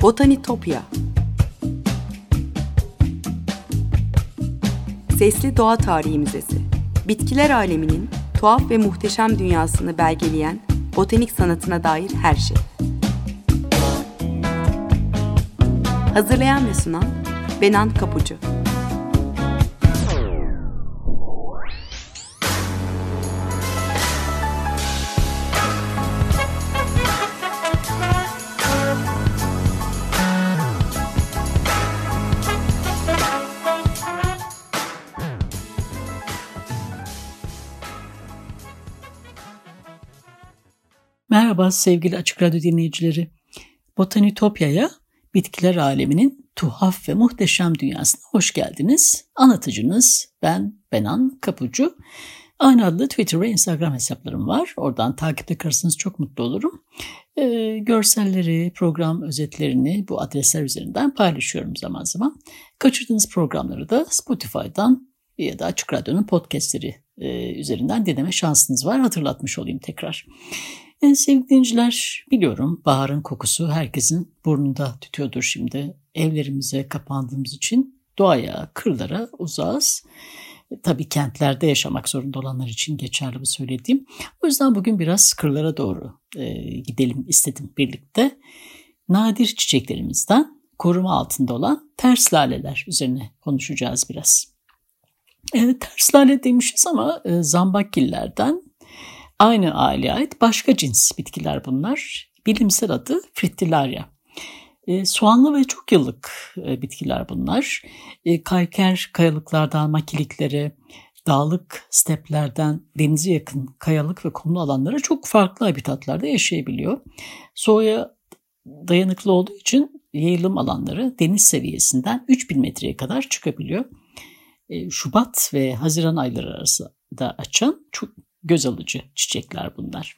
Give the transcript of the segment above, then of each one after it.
Botanitopya. Sesli Doğa Tarihi Müzesi. Bitkiler aleminin tuhaf ve muhteşem dünyasını belgeleyen botanik sanatına dair her şey. Hazırlayan ve sunan Benan Kapucu. Merhaba sevgili Açık Radyo dinleyicileri. Botanitopya'ya, bitkiler aleminin tuhaf ve muhteşem dünyasına hoş geldiniz. Anlatıcınız ben Benan Kapucu. Aynı adlı Twitter ve Instagram hesaplarım var. Oradan takipte kalırsanız çok mutlu olurum. Görselleri, program özetlerini bu adresler üzerinden paylaşıyorum zaman zaman. Kaçırdığınız programları da Spotify'dan ya da Açık Radyo'nun podcastleri üzerinden dinleme şansınız var. Hatırlatmış olayım tekrar. Sevgili dinleyiciler, biliyorum baharın kokusu herkesin burnunda tütüyordur şimdi. Evlerimize kapandığımız için doğaya, kırlara uzağız. Tabii kentlerde yaşamak zorunda olanlar için geçerli bu söylediğim. O yüzden bugün biraz kırlara doğru gidelim istedim birlikte. Nadir çiçeklerimizden koruma altında olan ters laleler üzerine konuşacağız biraz. Ters lale demişiz ama zambakgillerden aynı aileye ait başka cins bitkiler bunlar. Bilimsel adı Fritillaria. Soğanlı ve çok yıllık bitkiler bunlar. Kalker kayalıklardan makiliklere, dağlık steplerden denize yakın kayalık ve kumlu alanlara çok farklı habitatlarda yaşayabiliyor. Soğuğa dayanıklı olduğu için yayılım alanları deniz seviyesinden 3000 metreye kadar çıkabiliyor. Şubat ve Haziran ayları arasında açan çok göz alıcı çiçekler bunlar.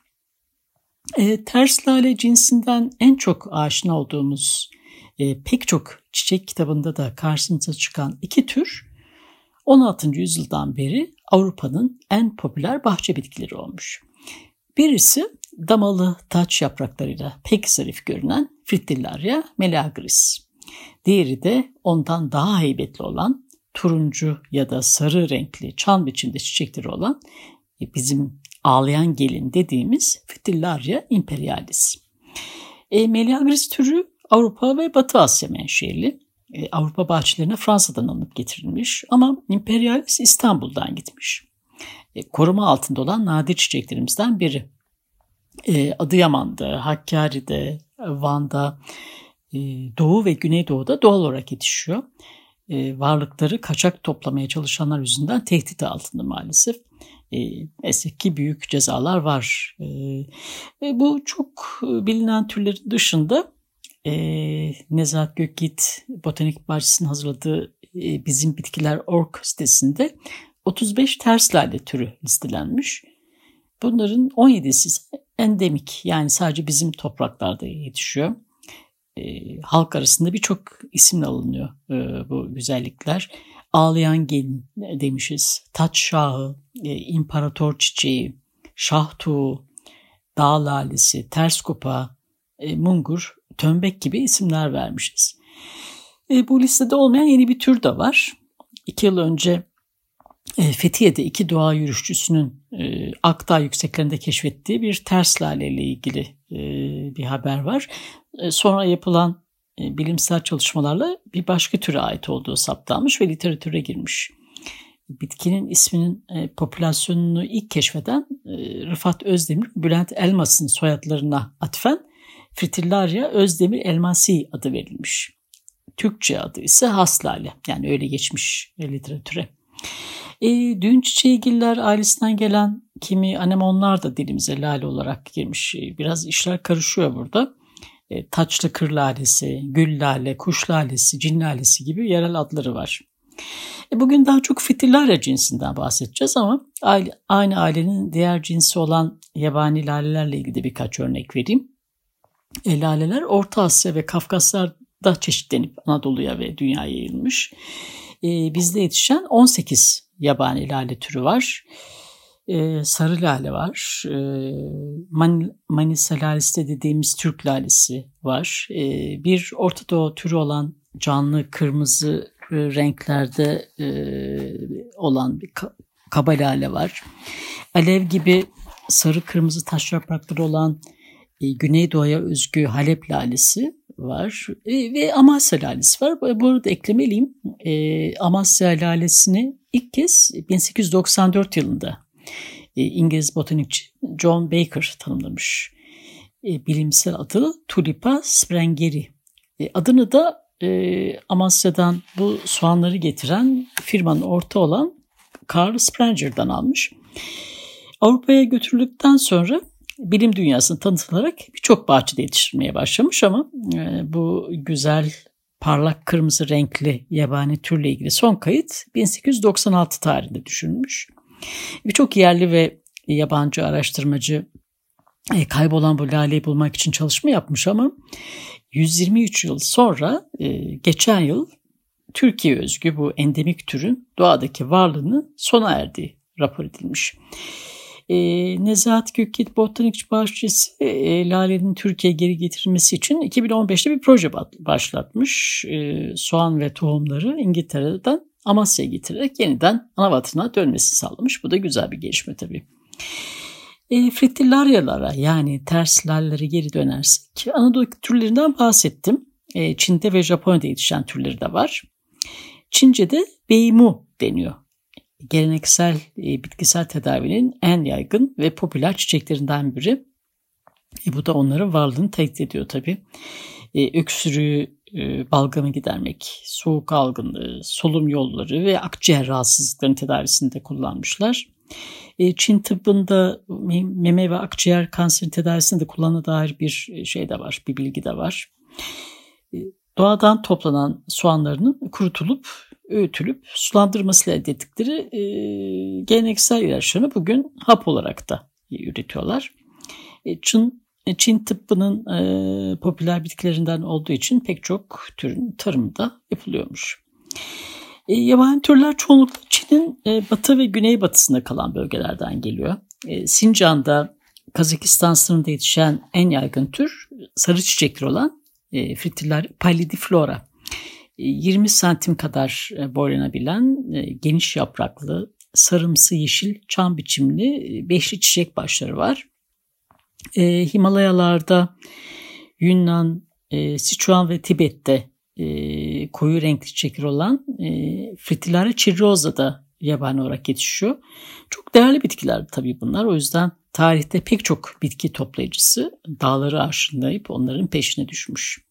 Ters lale cinsinden en çok aşina olduğumuz pek çok çiçek kitabında da karşımıza çıkan iki tür 16. yüzyıldan beri Avrupa'nın en popüler bahçe bitkileri olmuş. Birisi damalı taç yapraklarıyla pek zarif görünen Fritillaria meleagris. Diğeri de ondan daha heybetli olan turuncu ya da sarı renkli çan biçimde çiçekleri olan bizim ağlayan gelin dediğimiz Fritillaria imperialis. Meleagris türü Avrupa ve Batı Asya menşeli. Avrupa bahçelerine Fransa'dan alınıp getirilmiş ama imperialis İstanbul'dan gitmiş. Koruma altında olan nadir çiçeklerimizden biri. Adıyaman'da, Hakkari'de, Van'da, Doğu ve Güneydoğu'da doğal olarak yetişiyor. Varlıkları kaçak toplamaya çalışanlar yüzünden tehdit altında maalesef. Ki büyük cezalar var. Bu çok bilinen türlerin dışında Nezahat Gökyiğit Botanik Bahçesi'nin hazırladığı Bizim Bitkiler.org sitesinde 35 ters lale türü listelenmiş. Bunların 17'si endemik, yani sadece bizim topraklarda yetişiyor. Halk arasında birçok isimle alınıyor bu güzellikler. Ağlayan gelin demişiz, taç şahı, imparator çiçeği, şahtuğu, dağ lalesi, ters kupa, mungur, tömbek gibi isimler vermişiz. Bu listede olmayan yeni bir tür de var. 2 yıl önce Fethiye'de 2 doğa yürüyüşçüsünün Akdağ yükseklerinde keşfettiği bir ters lale ile ilgili bir haber var. Sonra yapılan bilimsel çalışmalarla bir başka türe ait olduğu saptanmış ve literatüre girmiş. Bitkinin isminin popülasyonunu ilk keşfeden Rıfat Özdemir, Bülent Elmas'ın soyadlarına atfen Fritillaria Özdemir Elmasi adı verilmiş. Türkçe adı ise haslale, yani öyle geçmiş literatüre. Düğün çiçeğigiller ailesinden gelen kimi anemonlar da dilimize lale olarak girmiş. Biraz işler karışıyor burada. Taçlı kır lalesi, gül lale, kuş lalesi, cin lalesi gibi yerel adları var. Bugün daha çok Fritillaria cinsinden bahsedeceğiz ama aynı ailenin diğer cinsi olan yabani lalelerle ilgili birkaç örnek vereyim. Laleler Orta Asya ve Kafkaslar'da çeşitlenip Anadolu'ya ve dünyaya yayılmış. Bizde yetişen 18 yabani lale türü var. Sarı lale var. Manisa lalesi dediğimiz Türk lalesi var. Bir Orta Doğu türü olan canlı kırmızı renklerde olan bir kaba lale var. Alev gibi sarı kırmızı taş yaprakları olan Güneydoğu'ya özgü Halep lalesi var ve Amasya lalesi var. Bu arada eklemeliyim, Amasya lalesini ilk kez 1894 yılında İngiliz botanikçi John Baker tanımlamış. Bilimsel adı Tulipa sprengeri. Adını da Amasya'dan bu soğanları getiren firmanın ortağı olan Karl Sprenger'dan almış. Avrupa'ya götürüldükten sonra bilim dünyasına tanıtılarak birçok bahçede yetiştirmeye başlamış ama bu güzel parlak kırmızı renkli yabani türle ilgili son kayıt 1896 tarihinde düşünülmüş. Birçok yerli ve yabancı araştırmacı kaybolan bu laleyi bulmak için çalışma yapmış ama 123 yıl sonra geçen yıl Türkiye özgü bu endemik türün doğadaki varlığının sona erdiği rapor edilmiş. Nezahat Gökyiğit Botanik Bahçesi lalenin Türkiye'ye geri getirilmesi için 2015'te bir proje başlatmış. Soğan ve tohumları İngiltere'den Amasya'ya getirerek yeniden anavatına dönmesini sağlamış. Bu da güzel bir gelişme tabii. Fritillarya'lara yani ters lalelere geri dönersek Anadolu türlerinden bahsettim. Çin'de ve Japonya'da yetişen türleri de var. Çince'de beimu deniyor. Geleneksel bitkisel tedavinin en yaygın ve popüler çiçeklerinden biri. Bu da onların varlığını teyit ediyor tabii. Öksürüğü, balgamı gidermek, soğuk algınlığı, solunum yolları ve akciğer rahatsızlıklarının tedavisinde kullanmışlar. Çin tıbbında meme ve akciğer kanseri tedavisinde kullanılan dair bir şey de var, bir bilgi de var. Doğadan toplanan soğanlarının kurutulup, öğütülüp sulandırmasıyla elde ettikleri geleneksel ilaçlarını bugün hap olarak da üretiyorlar. Çin tıbbının popüler bitkilerinden olduğu için pek çok türün tarımı da yapılıyormuş. Yabani türler çoğunlukla Çin'in batı ve güneybatısında kalan bölgelerden geliyor. Sincan'da, Kazakistan sınırında yetişen en yaygın tür sarı çiçekli olan Fritillaria pallidiflora. 20 santim kadar boylanabilen geniş yapraklı, sarımsı yeşil çam biçimli beşli çiçek başları var. Himalayalarda, Yunnan, Sichuan ve Tibet'te koyu renkli çiçekleri olan Fritillaria cirrhosa da yabani olarak yetişiyor. Çok değerli bitkiler tabii bunlar. O yüzden tarihte pek çok bitki toplayıcısı dağları arşınlayıp onların peşine düşmüş.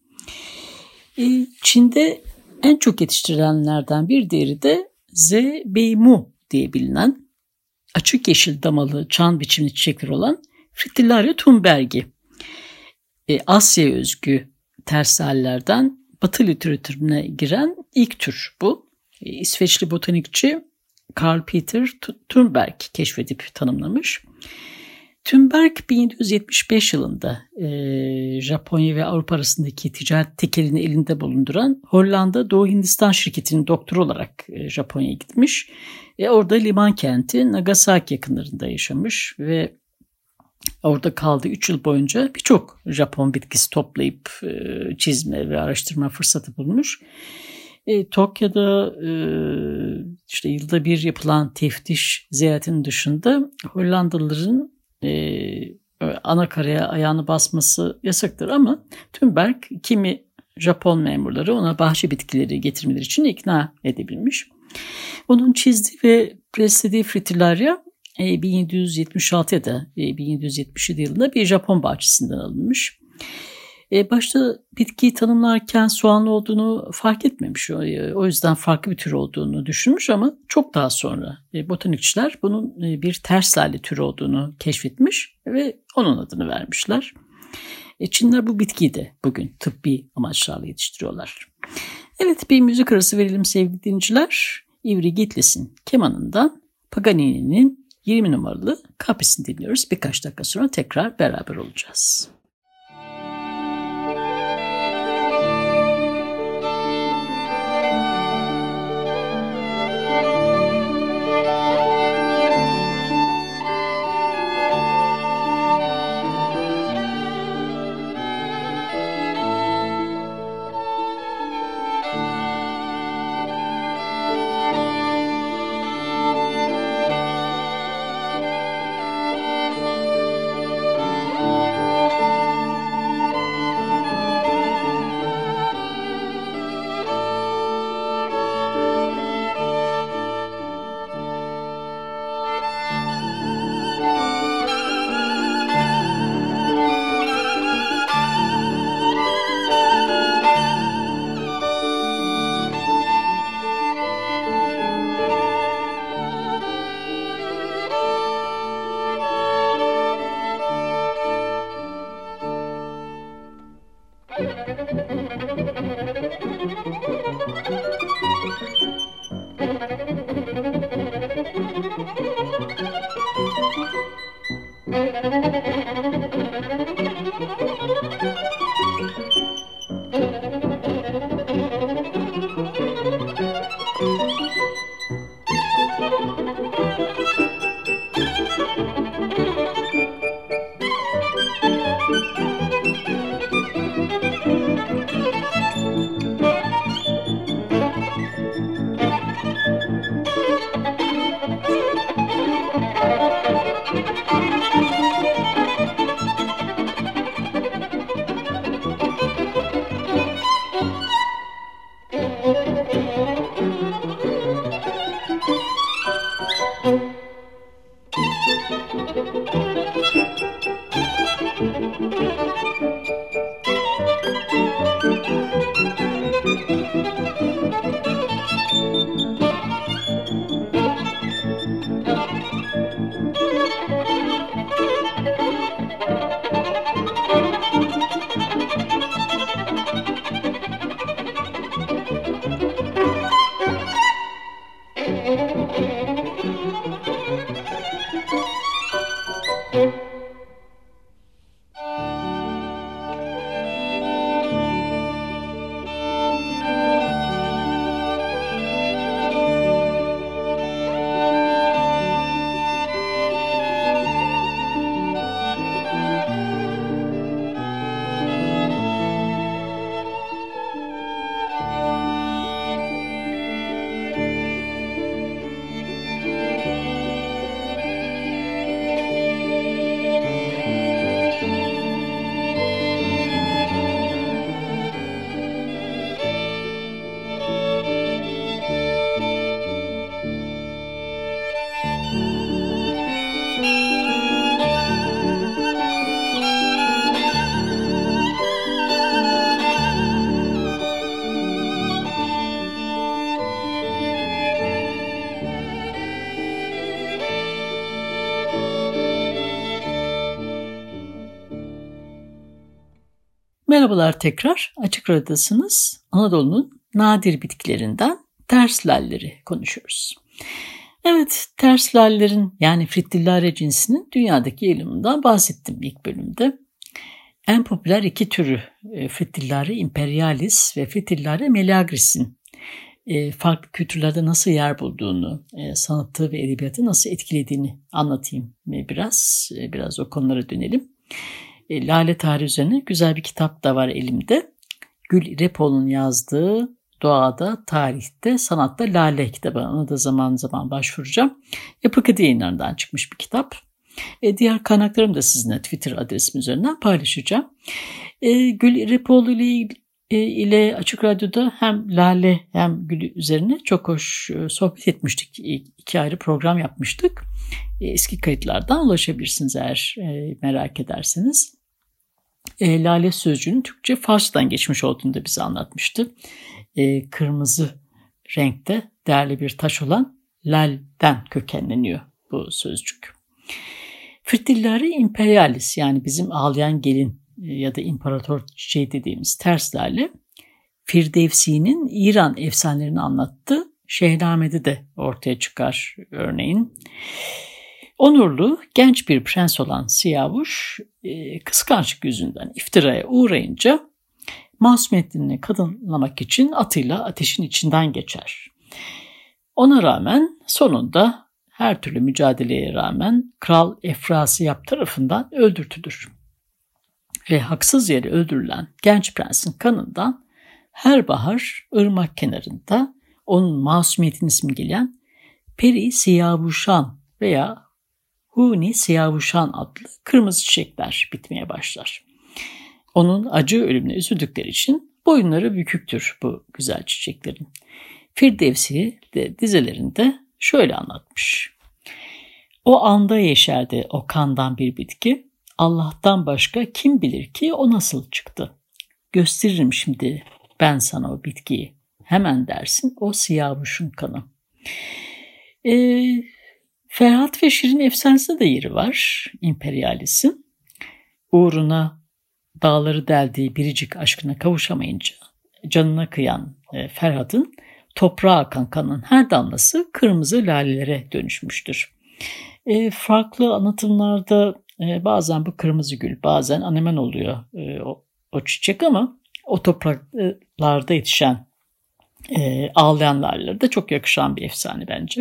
Çin'de en çok yetiştirilenlerden bir diğeri de Zebeimu diye bilinen açık yeşil damalı çan biçimli çiçekleri olan Fritillaria thunbergi. Asya'ya özgü tersallerden Batı literatürüne giren ilk tür bu. İsveçli botanikçi Carl Peter Thunberg keşfedip tanımlamış. Thunberg 1775 yılında Japonya ve Avrupa arasındaki ticaret tekelini elinde bulunduran Hollanda Doğu Hindistan şirketinin doktoru olarak Japonya'ya gitmiş. Orada liman kenti Nagasaki yakınlarında yaşamış ve orada kaldığı 3 yıl boyunca birçok Japon bitkisi toplayıp çizme ve araştırma fırsatı bulmuş. Tokyo'da işte yılda bir yapılan teftiş ziyaretinin dışında Hollandalıların ana karaya ayağını basması yasaktır ama Thunberg kimi Japon memurları ona bahçe bitkileri getirmeleri için ikna edebilmiş. Onun çizdiği ve preslediği Fritillaria 1776 ya da 1777 yılında bir Japon bahçesinden alınmış. Başta bitkiyi tanımlarken soğanlı olduğunu fark etmemiş. O yüzden farklı bir tür olduğunu düşünmüş ama çok daha sonra botanikçiler bunun bir ters lale türü olduğunu keşfetmiş ve onun adını vermişler. Çinliler bu bitkiyi de bugün tıbbi amaçlarla yetiştiriyorlar. Evet, bir müzik arası verelim sevgili dinleyiciler. Ivry Gitlis'in kemanından Paganini'nin 20 numaralı kaprisini dinliyoruz. Birkaç dakika sonra tekrar beraber olacağız. Merhabalar tekrar. Açık Radyo'dasınız. Anadolu'nun nadir bitkilerinden ters lalleri konuşuyoruz. Evet, ters lallerin yani Fritillare cinsinin dünyadaki yayılımından bahsettim ilk bölümde. En popüler iki türü Fritillare imperialis ve Fritillare melagris'in farklı kültürlerde nasıl yer bulduğunu, sanatı ve edebiyatı nasıl etkilediğini anlatayım biraz o konulara dönelim. Lale tarihi üzerine güzel bir kitap da var elimde. Gül İrepoğlu'nun yazdığı Doğada, Tarihte, Sanatta Lale kitabı. Ona da zaman zaman başvuracağım. Yapı Kredi Yayınları'ndan çıkmış bir kitap. Diğer kaynaklarımı da sizinle Twitter adresim üzerinden paylaşacağım. Gül İrepoğlu ile Açık Radyo'da hem Lale hem Gül üzerine çok hoş sohbet etmiştik. 2 ayrı program yapmıştık. Eski kayıtlardan ulaşabilirsiniz eğer merak ederseniz. Lale sözcüğünün Türkçe Farsçadan geçmiş olduğunu da bize anlatmıştı. Kırmızı renkte değerli bir taş olan lalden kökenleniyor bu sözcük. Fritillare imperialis yani bizim ağlayan gelin ya da imparator çiçeği dediğimiz ters lale, Firdevsi'nin İran efsanelerini anlattığı Şehname'de de ortaya çıkar örneğin. Onurlu genç bir prens olan Siyavuş kıskançlık yüzünden iftiraya uğrayınca masumiyetini kadınlamak için atıyla ateşin içinden geçer. Ona rağmen sonunda her türlü mücadeleye rağmen Kral Efrasiyab tarafından öldürtülür. Ve haksız yere öldürülen genç prensin kanından her bahar ırmak kenarında onun masumiyetini simgeleyen Peri Siyavuşan veya Huni Siyavuşan adlı kırmızı çiçekler bitmeye başlar. Onun acı ölümüne üzüldükleri için boyunları büküktür bu güzel çiçeklerin. Firdevsi de dizelerinde şöyle anlatmış. O anda yeşerdi o kandan bir bitki, Allah'tan başka kim bilir ki o nasıl çıktı. Gösteririm şimdi ben sana o bitkiyi, hemen dersin o Siyavuş'un kanı. Ferhat ve Şirin efsanesinde de yeri var imperialis'in. Uğruna dağları deldiği biricik aşkına kavuşamayınca canına kıyan Ferhat'ın toprağa akan kanın her damlası kırmızı lalelere dönüşmüştür. Farklı anlatımlarda Bazen bu kırmızı gül, bazen anemen oluyor o çiçek ama o topraklarda yetişen ağlayan laleler de çok yakışan bir efsane bence.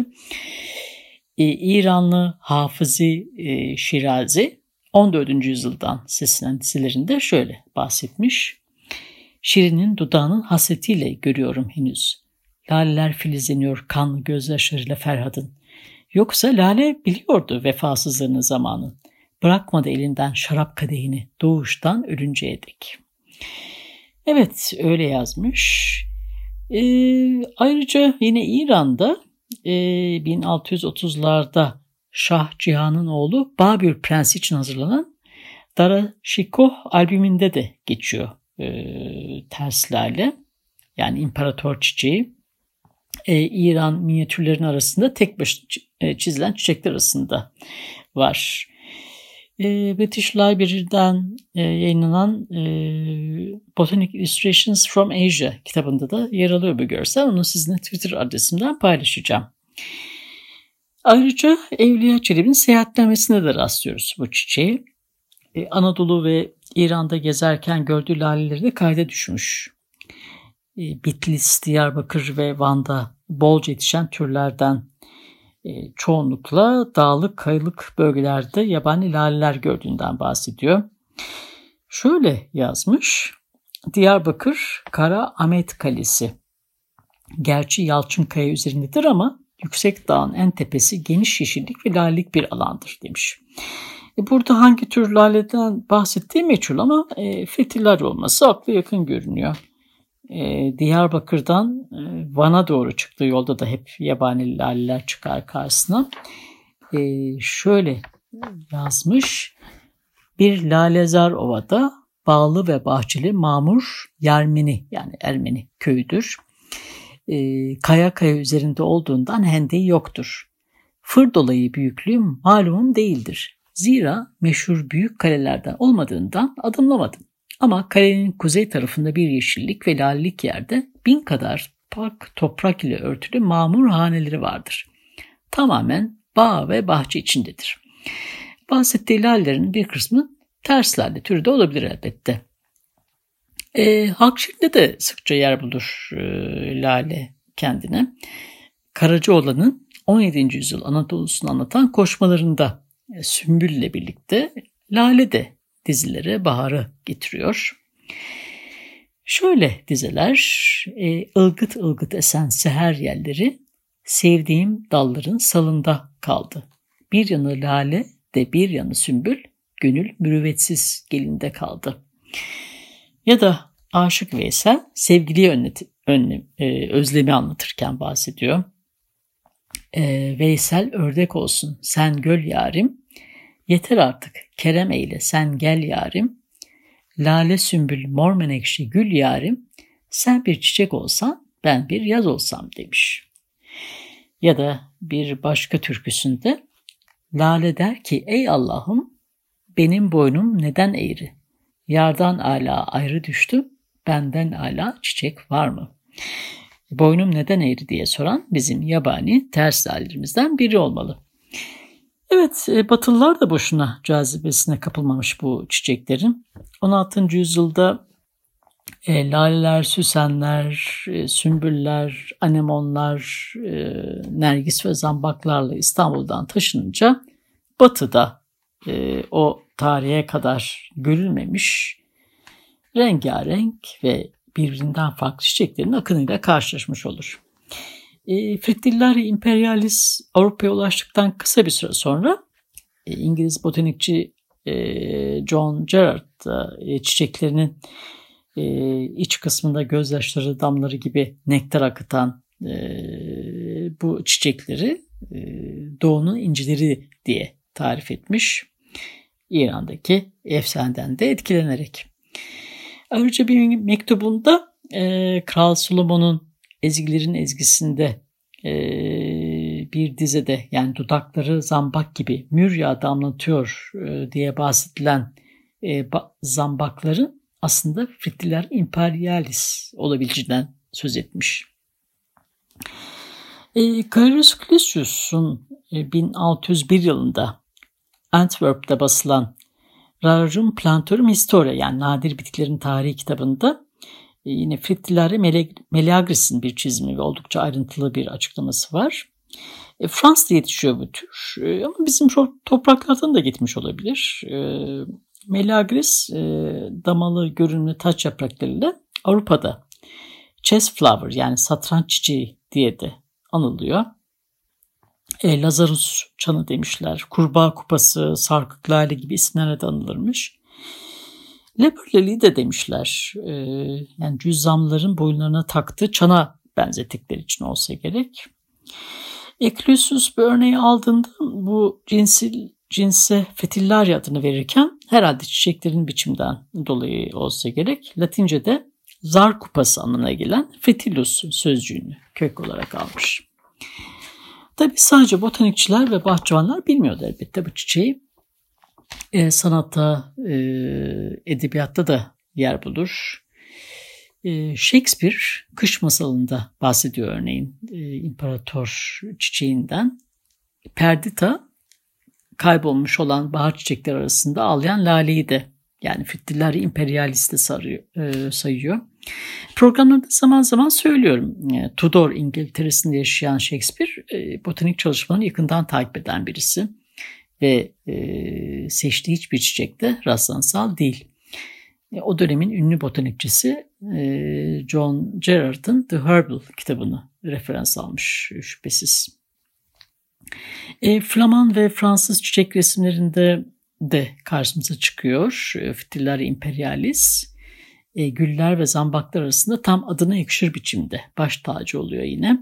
İranlı Hafızi Şirazi 14. yüzyıldan seslenen dizelerinde şöyle bahsetmiş. Şirinin dudağının hasretiyle görüyorum henüz. Laleler filizleniyor kanlı gözyaşlarıyla Ferhad'ın. Yoksa Lale biliyordu vefasızlığını zamanın. Bırakmadı elinden şarap kadehini doğuştan ölünceye dek. Evet, öyle yazmış. Ayrıca yine İran'da 1630'larda Şah Cihan'ın oğlu Babür Prensi için hazırlanan Darashikoh albümünde de geçiyor ters lale, yani imparator çiçeği. İran minyatürlerin arasında tek başına çizilen çiçekler arasında var. British Library'den yayınlanan Botanic Illustrations from Asia kitabında da yer alıyor bu görsel. Onu sizinle Twitter adresimden paylaşacağım. Ayrıca Evliya Çelebi'nin seyahatnamesine de rastlıyoruz bu çiçeği. Anadolu ve İran'da gezerken gördüğü laleleri de kayda düşmüş. Bitlis, Diyarbakır ve Van'da bolca yetişen türlerden çoğunlukla dağlık, kayalık bölgelerde yabani laleler gördüğünden bahsediyor. Şöyle yazmış. Diyarbakır Kara Ahmet Kalesi. Gerçi Yalçın Kaya üzerindedir ama yüksek dağın en tepesi geniş yeşillik ve lalelik bir alandır demiş. Burada hangi tür laleden bahsettiği meçhul ama fetiller olması akla yakın görünüyor. Diyarbakır'dan Van'a doğru çıktığı yolda da hep yabani laleler çıkar karşısına. Şöyle yazmış. Bir lalezar ovada bağlı ve bahçeli mamur Yermeni, yani Ermeni köyüdür. Kaya üzerinde olduğundan hendeği yoktur. Fır dolayı büyüklüğü malum değildir. Zira meşhur büyük kalelerden olmadığından adımlamadım. Ama kalenin kuzey tarafında bir yeşillik ve lalelik yerde 1000 kadar park toprak ile örtülü mamur haneleri vardır. Tamamen bağ ve bahçe içindedir. Bahsettiği lalelerin bir kısmı ters lale türü de olabilir elbette. Halk şiirinde de sıkça yer bulur lale kendine. Karacaoğlan'ın 17. yüzyıl Anadolu'sunu anlatan koşmalarında Sümbül ile birlikte lale de dizilere baharı getiriyor. Şöyle dizeler, ılgıt ılgıt esen seher yelleri sevdiğim dalların salında kaldı. Bir yanı lale de bir yanı sümbül, gönül mürüvvetsiz gelinde kaldı. Ya da Aşık Veysel sevgiliye özlemi anlatırken bahsediyor. Veysel ördek olsun sen göl yarim, yeter artık kerem eyle sen gel yarim, lale sümbül mor menekşe gül yarim, sen bir çiçek olsan ben bir yaz olsam demiş. Ya da bir başka türküsünde lale der ki ey Allah'ım benim boynum neden eğri, yardan âlâ ayrı düştüm, benden âlâ çiçek var mı? Boynum neden eğri diye soran bizim yabani ters lalelerimizden biri olmalı. Evet, Batılılar da boşuna cazibesine kapılmamış bu çiçeklerin. 16. yüzyılda laleler, süsenler, sümbüller, anemonlar, nergis ve zambaklarla İstanbul'dan taşınınca Batı'da o tarihe kadar görülmemiş rengarenk ve birbirinden farklı çiçeklerin akınıyla karşılaşmış olur. Fritillari imperialis Avrupa'ya ulaştıktan kısa bir süre sonra İngiliz botanikçi John Gerard da çiçeklerinin iç kısmında gözyaşları damları gibi nektar akıtan bu çiçekleri doğunun incileri diye tarif etmiş. İran'daki efsaneden de etkilenerek. Ayrıca bir mektubunda Kral Solomon'un ezgilerin ezgisinde bir dizede, yani dudakları zambak gibi mür yağı damlatıyor diye bahsedilen zambakların aslında Fritillari imperialis olabileceğinden söz etmiş. Carolus Clusius'un 1601 yılında Antwerp'te basılan Rarum Plantarum Historia yani Nadir Bitkilerin Tarihi kitabında yine Fritillari meleagris'in bir çizimi ve oldukça ayrıntılı bir açıklaması var. Fransa'da yetişiyor bu tür ama bizim topraklardan da gitmiş olabilir. Meleagris damalı görünümlü taç yapraklarıyla Avrupa'da chess flower yani satranç çiçeği diye de anılıyor. Lazarus çanı demişler, kurbağa kupası, sarkık lale gibi isimlerle de anılırmış. Leper liliği de demişler. Yani cüzzamların boyunlarına taktığı çana benzettikleri için olsa gerek. Eclusius bir örneği aldığında bu cinse Fetillaria adını verirken herhalde çiçeklerin biçimden dolayı olsa gerek Latince'de zar kupası anlamına gelen Fetillus sözcüğünü kök olarak almış. Tabii sadece botanikçiler ve bahçıvanlar bilmiyordu elbette bu çiçeği. Sanatta, edebiyatta da yer bulur. Shakespeare kış masalında bahsediyor örneğin imparator çiçeğinden. Perdita kaybolmuş olan bahar çiçekleri arasında ağlayan laleyi de yani Fritillari imperialis de sayıyor. Programlarda zaman zaman söylüyorum. Tudor İngiltere'sinde yaşayan Shakespeare botanik çalışmalarını yakından takip eden birisi ve seçtiği hiçbir çiçekte rastlansal değil. O dönemin ünlü botanikçisi John Gerard'ın The Herbal kitabını referans almış şüphesiz. Flaman ve Fransız çiçek resimlerinde de karşımıza çıkıyor. Fritillari imperialis güller ve zambaklar arasında tam adına yakışır biçimde baş tacı oluyor yine.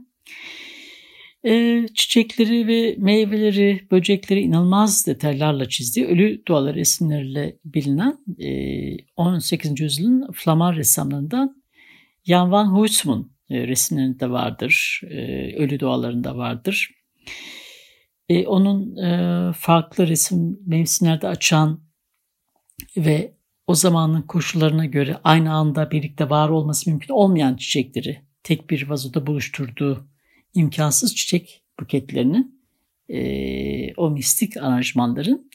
Çiçekleri ve meyveleri, böcekleri inanılmaz detaylarla çizdiği ölü doğaları resimleriyle bilinen 18. yüzyılın Flaman ressamlarından Jan van Huysman resimlerinde vardır. Ölü doğalarında vardır. Onun farklı resim mevsimlerde açan ve o zamanın koşullarına göre aynı anda birlikte var olması mümkün olmayan çiçekleri tek bir vazoda buluşturduğu imkansız çiçek buketlerinin o mistik aranjmanların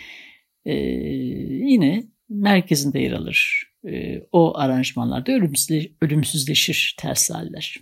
yine merkezinde yer alır. O aranjmanlarda ölümsüzleşir tersaller.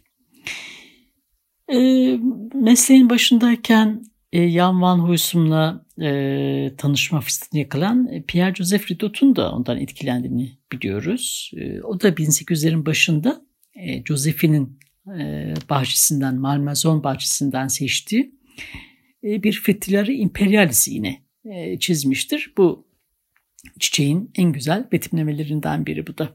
Mesleğin başındayken Jan van Huysman'la tanışma fırsatını yakalayan Pierre-Joseph Ridot'un da ondan etkilendiğini biliyoruz. O da 1800'lerin başında Josephine'in bahçesinden, Malmaison bahçesinden seçtiği bir Fritillari imperialis'i yine çizmiştir. Bu çiçeğin en güzel betimlemelerinden biri bu da.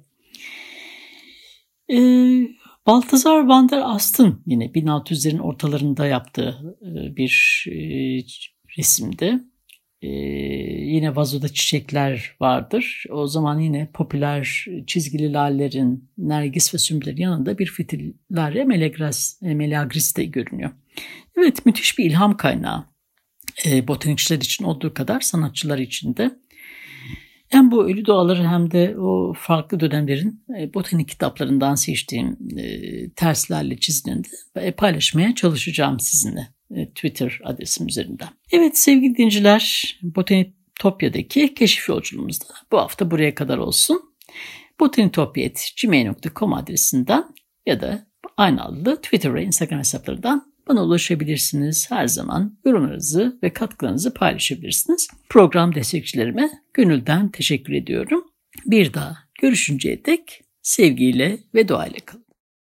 Balthazar van der Ast'ın yine 1600'lerin ortalarında yaptığı bir resimde yine vazoda çiçekler vardır. O zaman yine popüler çizgili lallerin, nergis ve sümbülerin yanında bir Fritillari meleagris de görünüyor. Evet, müthiş bir ilham kaynağı. Botanikçiler için olduğu kadar sanatçılar için de. Hem bu ölü doğaları hem de o farklı dönemlerin botanik kitaplarından seçtiğim terslerle çizdiğini de paylaşmaya çalışacağım sizinle Twitter adresim üzerinden. Evet sevgili dinleyiciler, Botanitopya'daki keşif yolculuğumuzda bu hafta buraya kadar olsun. botanitopya@gmail.com adresinden ya da aynı adlı Twitter ve Instagram hesaplarından bana ulaşabilirsiniz. Her zaman yorumlarınızı ve katkılarınızı paylaşabilirsiniz. Program destekçilerime gönülden teşekkür ediyorum. Bir daha görüşünceye dek sevgiyle ve duayla kalın.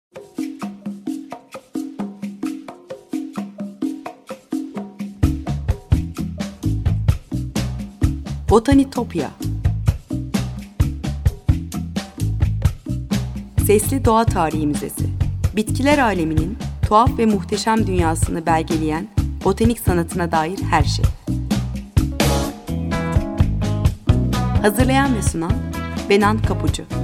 Botanitopya. Sesli Doğa Tarihi Müzesi. Bitkiler aleminin tuhaf ve muhteşem dünyasını belgeleyen botanik sanatına dair her şey. Hazırlayan ve sunan Benan Kapucu.